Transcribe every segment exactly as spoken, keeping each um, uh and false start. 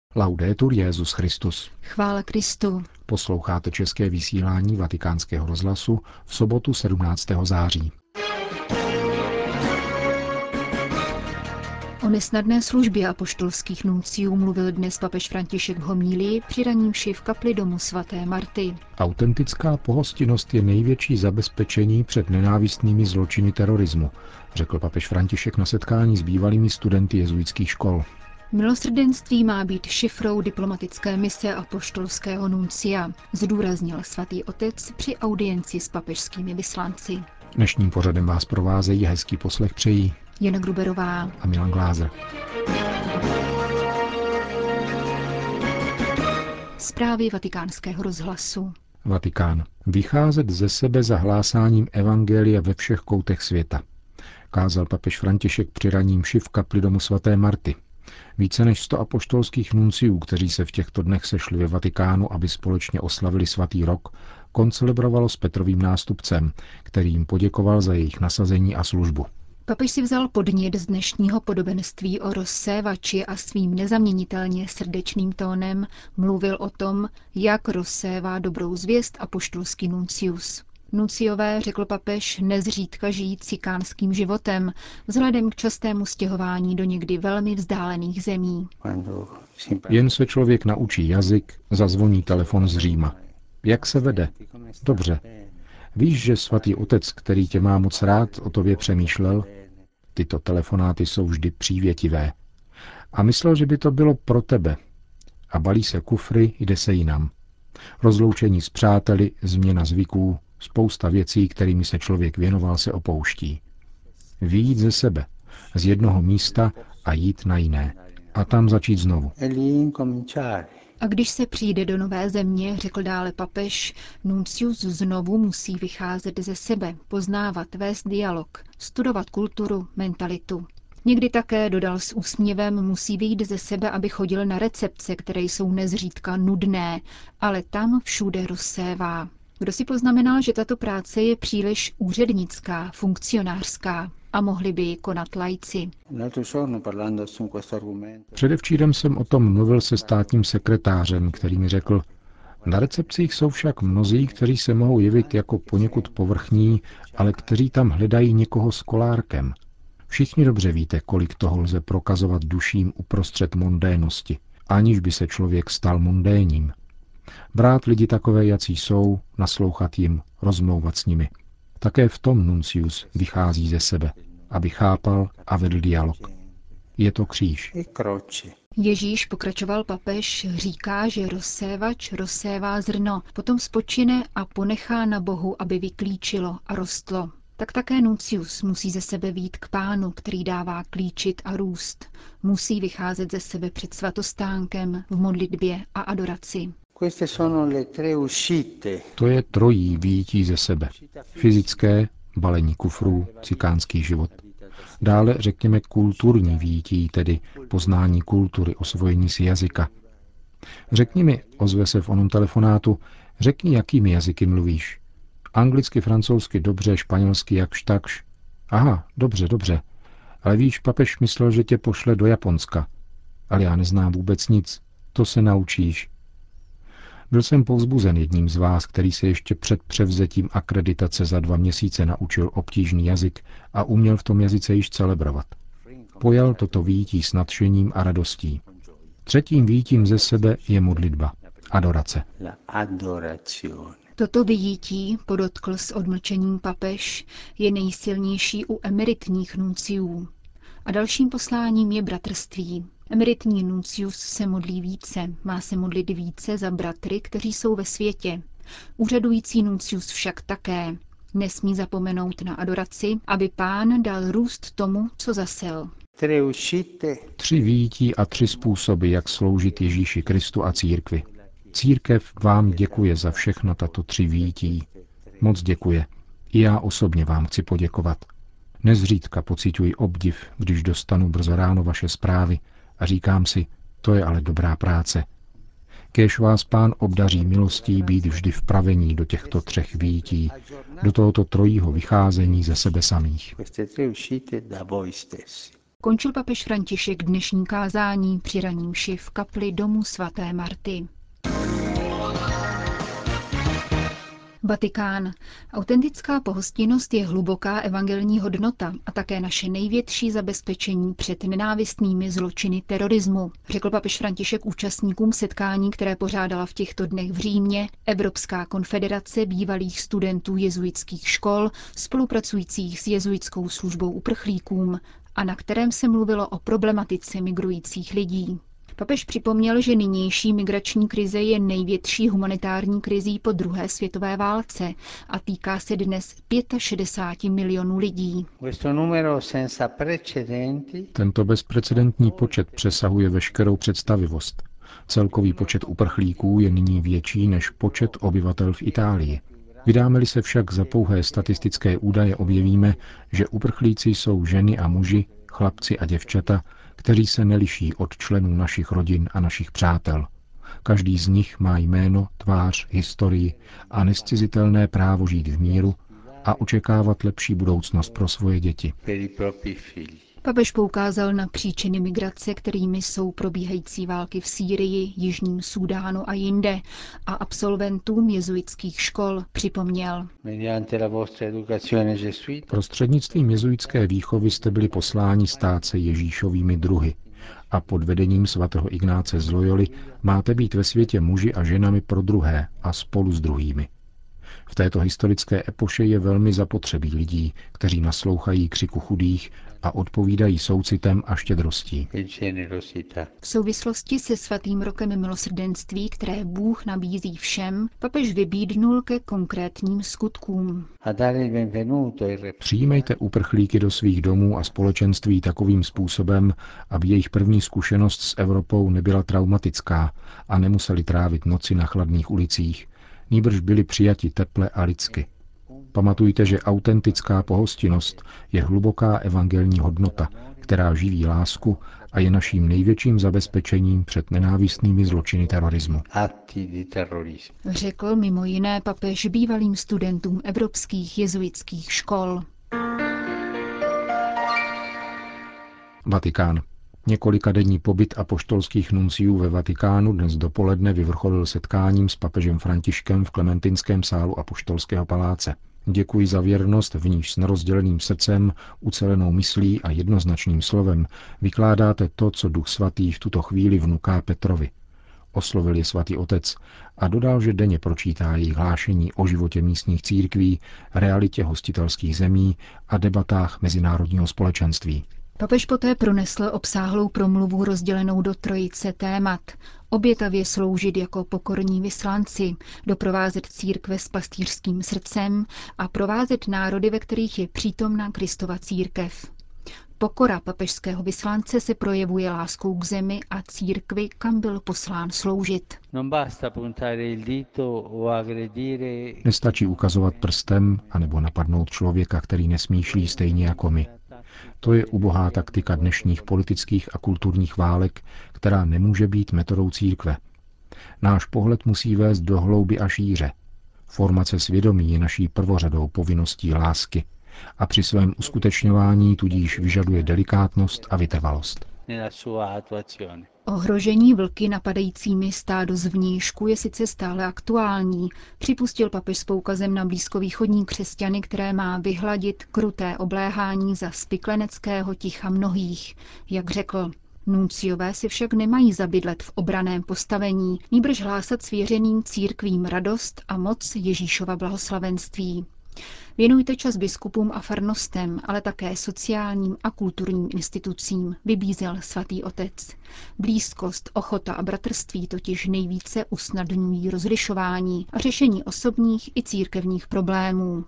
Laudetur Jesus Christus. Chvála Kristu. Posloucháte české vysílání Vatikánského rozhlasu v sobotu sedmnáctého září. O nesnadné službě apoštolských nunciů mluvil dnes papež František v homílii při raní mši v kapli domu svaté Marty. Autentická pohostinnost je největší zabezpečení před nenávistnými zločiny terorismu, řekl papež František na setkání s bývalými studenty jezuitských škol. Milosrdenství má být šifrou diplomatické mise apoštolského nuncia, zdůraznil svatý otec při audienci s papežskými vyslanci. Dnešním pořadem vás provázejí hezký poslech přejí Jana Gruberová a Milan Glázer. Zprávy Vatikánského rozhlasu. Vatikán. Vycházet ze sebe za hlásáním evangelia ve všech koutech světa, kázal papež František při raní mši v kapli domu svaté Marty. Více než sto apoštolských nunciů, kteří se v těchto dnech sešli ve Vatikánu, aby společně oslavili svatý rok, koncelebrovalo s Petrovým nástupcem, který jim poděkoval za jejich nasazení a službu. Papež si vzal podnět z dnešního podobenství o rozsévači a svým nezaměnitelně srdečným tónem mluvil o tom, jak rozsévá dobrou zvěst apoštolský nuncius. Nunciové, řekl papež, nezřídka žijí cikánským životem, vzhledem k častému stěhování do někdy velmi vzdálených zemí. Jen se člověk naučí jazyk, zazvoní telefon z Říma. Jak se vede? Dobře. Víš, že svatý otec, který tě má moc rád, o tobě přemýšlel? Tyto telefonáty jsou vždy přívětivé. A myslel, že by to bylo pro tebe. A balí se kufry, jde se jinam. Rozloučení s přáteli, změna zvyků, spousta věcí, kterými se člověk věnoval, se opouští. Vyjít ze sebe, z jednoho místa a jít na jiné. A tam začít znovu. A když se přijde do nové země, řekl dále papež, nuncius znovu musí vycházet ze sebe, poznávat, vést dialog, studovat kulturu, mentalitu. Někdy také, dodal s úsměvem, musí vyjít ze sebe, aby chodil na recepce, které jsou nezřídka nudné, ale tam všude rozsévá. Kdo si poznamenal, že tato práce je příliš úřednická, funkcionářská a mohli by ji konat laici. Předevčírem jsem o tom mluvil se státním sekretářem, který mi řekl, na recepcích jsou však mnozí, kteří se mohou jevit jako poněkud povrchní, ale kteří tam hledají někoho s kolárkem. Všichni dobře víte, kolik toho lze prokazovat duším uprostřed mondénosti, aniž by se člověk stal mondénním. Brát lidi takové, jací jsou, naslouchat jim, rozmlouvat s nimi. Také v tom nuncius vychází ze sebe, aby chápal a vedl dialog. Je to kříž. Ježíš, pokračoval papež, říká, že rozsévač rozsévá zrno, potom spočine a ponechá na Bohu, aby vyklíčilo a rostlo. Tak také nuncius musí ze sebe vyjít k Pánu, který dává klíčit a růst. Musí vycházet ze sebe před svatostánkem, v modlitbě a adoraci. To je trojí vyjítí ze sebe. Fyzické, balení kufrů, cikánský život. Dále řekněme kulturní vyjítí, tedy poznání kultury, osvojení si jazyka. Řekni mi, ozve se v onom telefonátu, řekni, jakými jazyky mluvíš. Anglicky, francouzsky, dobře, španělsky, jakž takž. Aha, dobře, dobře. Ale víš, papež myslel, že tě pošle do Japonska. Ale já neznám vůbec nic. To se naučíš. Byl jsem povzbuzen jedním z vás, který se ještě před převzetím akreditace za dva měsíce naučil obtížný jazyk a uměl v tom jazyce již celebrovat. Pojal toto vyjítí s nadšením a radostí. Třetím vyjítím ze sebe je modlitba, adorace. Toto vyjítí, podotkl s odmlčením papež, je nejsilnější u emeritních nunciů. A dalším posláním je bratrství. Emeritní nuncius se modlí více, má se modlit více za bratry, kteří jsou ve světě. Úřadující nuncius však také. Nesmí zapomenout na adoraci, aby Pán dal růst tomu, co zasel. Tři vyjítí a tři způsoby, jak sloužit Ježíši Kristu a církvi. Církev vám děkuje za všechno tato tři vyjítí. Moc děkuje. I já osobně vám chci poděkovat. Nezřídka pociťuji obdiv, když dostanu brzo ráno vaše zprávy a říkám si, to je ale dobrá práce. Kéž vás Pán obdaří milostí být vždy vpravení do těchto třech vyjítí, do tohoto trojího vycházení ze sebe samých. Končil papež František dnešní kázání při raní mši v kapli domu svaté Marty. Vatikán. Autentická pohostinnost je hluboká evangelní hodnota a také naše největší zabezpečení před nenávistnými zločiny terorismu, řekl papež František účastníkům setkání, které pořádala v těchto dnech v Římě Evropská konfederace bývalých studentů jezuitských škol spolupracujících s jezuitskou službou uprchlíkům a na kterém se mluvilo o problematice migrujících lidí. Papež připomněl, že nynější migrační krize je humanitární krizí po druhé světové válce a týká se dnes šedesáti pěti milionů lidí. Tento bezprecedentní počet přesahuje veškerou představivost. Celkový počet uprchlíků je nyní větší než počet obyvatel v Itálii. Vydáme-li se však za pouhé statistické údaje, objevíme, že uprchlíci jsou ženy a muži, chlapci a děvčata, kteří se neliší od členů našich rodin a našich přátel. Každý z nich má jméno, tvář, historii a nezcizitelné právo žít v míru a očekávat lepší budoucnost pro svoje děti. Papež poukázal na příčiny migrace, kterými jsou probíhající války v Sýrii, Jižním Súdánu a jinde, a absolventům jezuitských škol připomněl. Prostřednictvím jezuitské výchovy jste byli posláni stát se Ježíšovými druhy a pod vedením svatého Ignáce z Loyoli máte být ve světě muži a ženami pro druhé a spolu s druhými. V této historické epoše je velmi zapotřebí lidí, kteří naslouchají křiku chudých a odpovídají soucitem a štědrostí. V souvislosti se svatým rokem milosrdenství, které Bůh nabízí všem, papež vybídnul ke konkrétním skutkům. Přijímejte uprchlíky do svých domů a společenství takovým způsobem, aby jejich první zkušenost s Evropou nebyla traumatická a nemuseli trávit noci na chladných ulicích, nýbrž byli přijati teple a lidsky. Pamatujte, že autentická pohostinnost je hluboká evangelní hodnota, která živí lásku a je naším největším zabezpečením před nenávistnými zločiny terorismu. Řekl mimo jiné papež bývalým studentům evropských jezuitských škol. Vatikán. Několikadenní pobyt apoštolských nunciů ve Vatikánu dnes dopoledne vyvrcholil setkáním s papežem Františkem v Klementinském sálu apoštolského paláce. Děkuji za věrnost, v níž s nerozděleným srdcem, ucelenou myslí a jednoznačným slovem vykládáte to, co Duch Svatý v tuto chvíli vnuká Petrovi. Oslovil je svatý otec a dodal, že denně pročítá jejich hlášení o životě místních církví, realitě hostitelských zemí a debatách mezinárodního společenství. Papež poté pronesl obsáhlou promluvu rozdělenou do trojice témat. Obětavě sloužit jako pokorní vyslanci, doprovázet církve s pastýřským srdcem a provázet národy, ve kterých je přítomná Kristova církev. Pokora papežského vyslance se projevuje láskou k zemi a církvi, kam byl poslán sloužit. Nestačí ukazovat prstem anebo napadnout člověka, který nesmýšlí stejně jako my. To je ubohá taktika dnešních politických a kulturních válek, která nemůže být metodou církve. Náš pohled musí vést do hlouby a šíře. Formace svědomí je naší prvořadou povinností lásky a při svém uskutečňování tudíž vyžaduje delikátnost a vytrvalost. Ohrožení vlky napadajícími stádo zvnějšku je sice stále aktuální, připustil papež s poukazem na blízkovýchodní křesťany, které má vyhladit kruté obléhání za spikleneckého ticha mnohých. Jak řekl, nunciové si však nemají zabydlet v obraném postavení, nýbrž hlásat svěřeným církvím radost a moc Ježíšova blahoslavenství. Věnujte čas biskupům a farnostem, ale také sociálním a kulturním institucím, vybízel svatý otec. Blízkost, ochota a bratrství totiž nejvíce usnadňují rozlišování a řešení osobních i církevních problémů.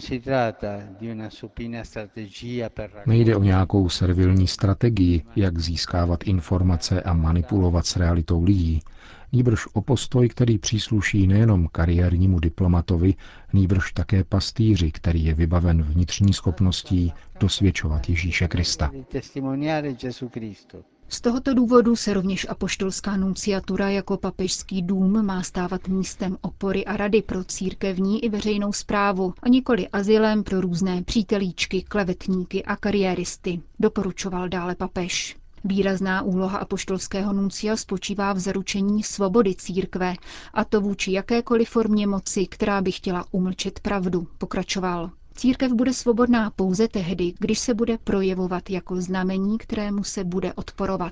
Nejde o nějakou servilní strategii, jak získávat informace a manipulovat s realitou lidí, nýbrž o postoj, který přísluší nejenom kariérnímu diplomatovi, nýbrž také pastýři, který je vybaven vnitřní schopností dosvědčovat Ježíše Krista. Z tohoto důvodu se rovněž apoštolská nunciatura jako papežský dům má stávat místem opory a rady pro církevní i veřejnou správu a nikoli azylem pro různé přítelíčky, klevetníky a kariéristy, doporučoval dále papež. Výrazná úloha apoštolského nuncia spočívá v zaručení svobody církve, a to vůči jakékoliv formě moci, která by chtěla umlčet pravdu, pokračoval. Církev bude svobodná pouze tehdy, když se bude projevovat jako znamení, kterému se bude odporovat.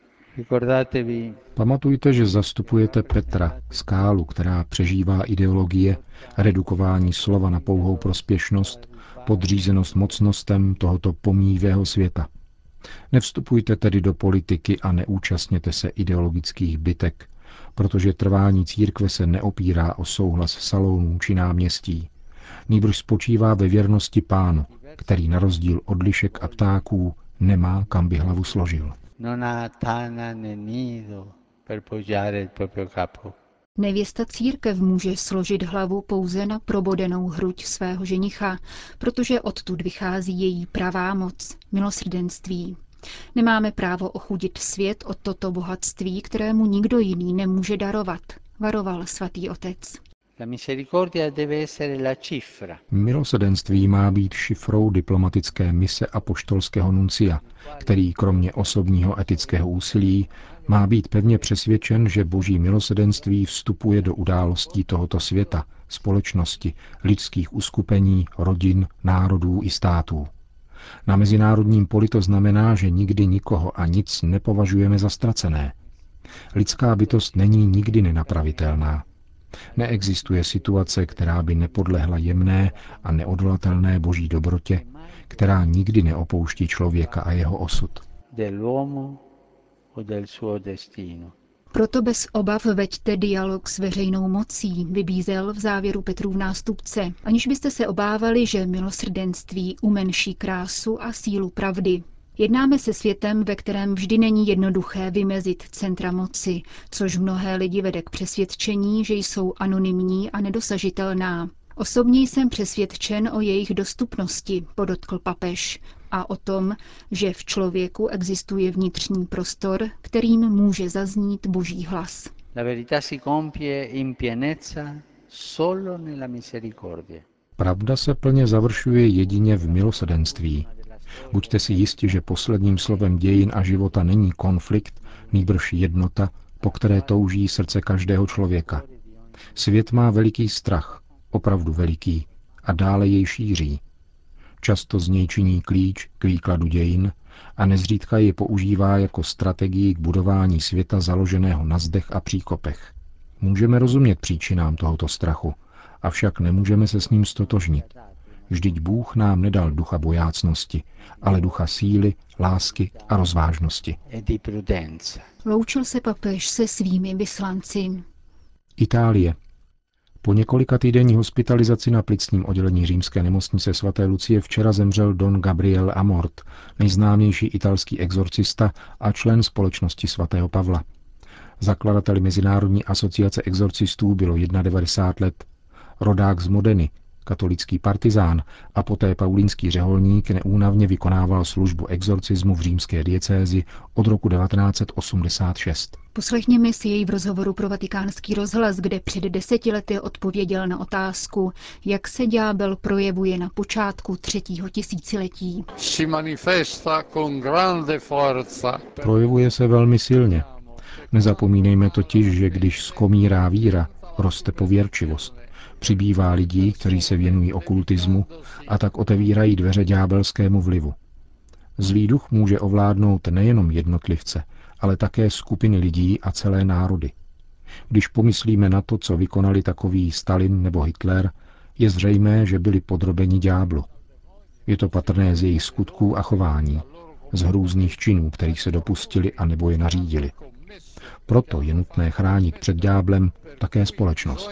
Pamatujte, že zastupujete Petra, skálu, která přežívá ideologie, redukování slova na pouhou prospěšnost, podřízenost mocnostem tohoto pomíjivého světa. Nevstupujte tedy do politiky a neúčastněte se ideologických bitek, protože trvání církve se neopírá o souhlas salonů či náměstí, nýbrž spočívá ve věrnosti Pánu, který na rozdíl od lišek a ptáků nemá, kam by hlavu složil. Nevěsta církev může složit hlavu pouze na probodenou hruď svého ženicha, protože odtud vychází její pravá moc, milosrdenství. Nemáme právo ochudit svět o toto bohatství, kterému nikdo jiný nemůže darovat, varoval svatý otec. Milosrdenství má být šifrou diplomatické mise apoštolského nuncia, který kromě osobního etického úsilí má být pevně přesvědčen, že boží milosrdenství vstupuje do událostí tohoto světa, společnosti, lidských uskupení, rodin, národů i států. Na mezinárodním poli to znamená, že nikdy nikoho a nic nepovažujeme za ztracené. Lidská bytost není nikdy nenapravitelná. Neexistuje situace, která by nepodlehla jemné a neodolatelné boží dobrotě, která nikdy neopouští člověka a jeho osud. Proto bez obav veďte dialog s veřejnou mocí, vybízel v závěru Petrův nástupce, aniž byste se obávali, že milosrdenství umenší krásu a sílu pravdy. Jednáme se světem, ve kterém vždy není jednoduché vymezit centra moci, což mnohé lidi vede k přesvědčení, že jsou anonymní a nedosažitelná. Osobně jsem přesvědčen o jejich dostupnosti, podotkl papež, a o tom, že v člověku existuje vnitřní prostor, kterým může zaznít boží hlas. Pravda se plně završuje jedině v milosrdenství. Buďte si jisti, že posledním slovem dějin a života není konflikt, nýbrž jednota, po které touží srdce každého člověka. Svět má veliký strach, opravdu veliký, a dále jej šíří. Často z něj činí klíč k výkladu dějin a nezřídka je používá jako strategii k budování světa založeného na zdech a příkopech. Můžeme rozumět příčinám tohoto strachu, avšak nemůžeme se s ním stotožnit. Vždyť Bůh nám nedal ducha bojácnosti, ale ducha síly, lásky a rozvážnosti. Loučil se papež se svými vyslanci. Itálie. Po několika týdenní hospitalizaci na plicním oddělení římské nemocnice svaté Lucie včera zemřel don Gabriele Amort, nejznámější italský exorcista a člen společnosti svatého Pavla. Zakladateli Mezinárodní asociace exorcistů bylo devadesát jedna let. Rodák z Modeny, katolický partizán a poté paulínský řeholník neúnavně vykonával službu exorcismu v římské diecézi od roku devatenáct set osmdesát šest. Poslechněme si jej v rozhovoru pro Vatikánský rozhlas, kde před deseti lety odpověděl na otázku, jak se ďábel projevuje na počátku třetího tisíciletí. Projevuje se velmi silně. Nezapomínejme totiž, že když skomírá víra, roste pověrčivost. Přibývá lidí, kteří se věnují okultismu a tak otevírají dveře ďábelskému vlivu. Zlý duch může ovládnout nejenom jednotlivce, ale také skupiny lidí a celé národy. Když pomyslíme na to, co vykonali takoví Stalin nebo Hitler, je zřejmé, že byli podrobeni ďáblu. Je to patrné z jejich skutků a chování, z hrůzných činů, kterých se dopustili a nebo je nařídili. Proto je nutné chránit před ďáblem také společnost.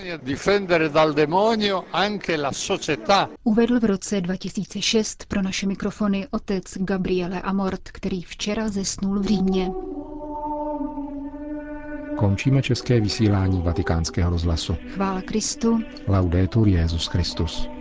Uvedl v roce dva tisíce šest pro naše mikrofony otec Gabriele Amort, který včera zesnul v Římě. Končíme české vysílání Vatikánského rozhlasu. Chvála Kristu. Laudetur Jesus Christus.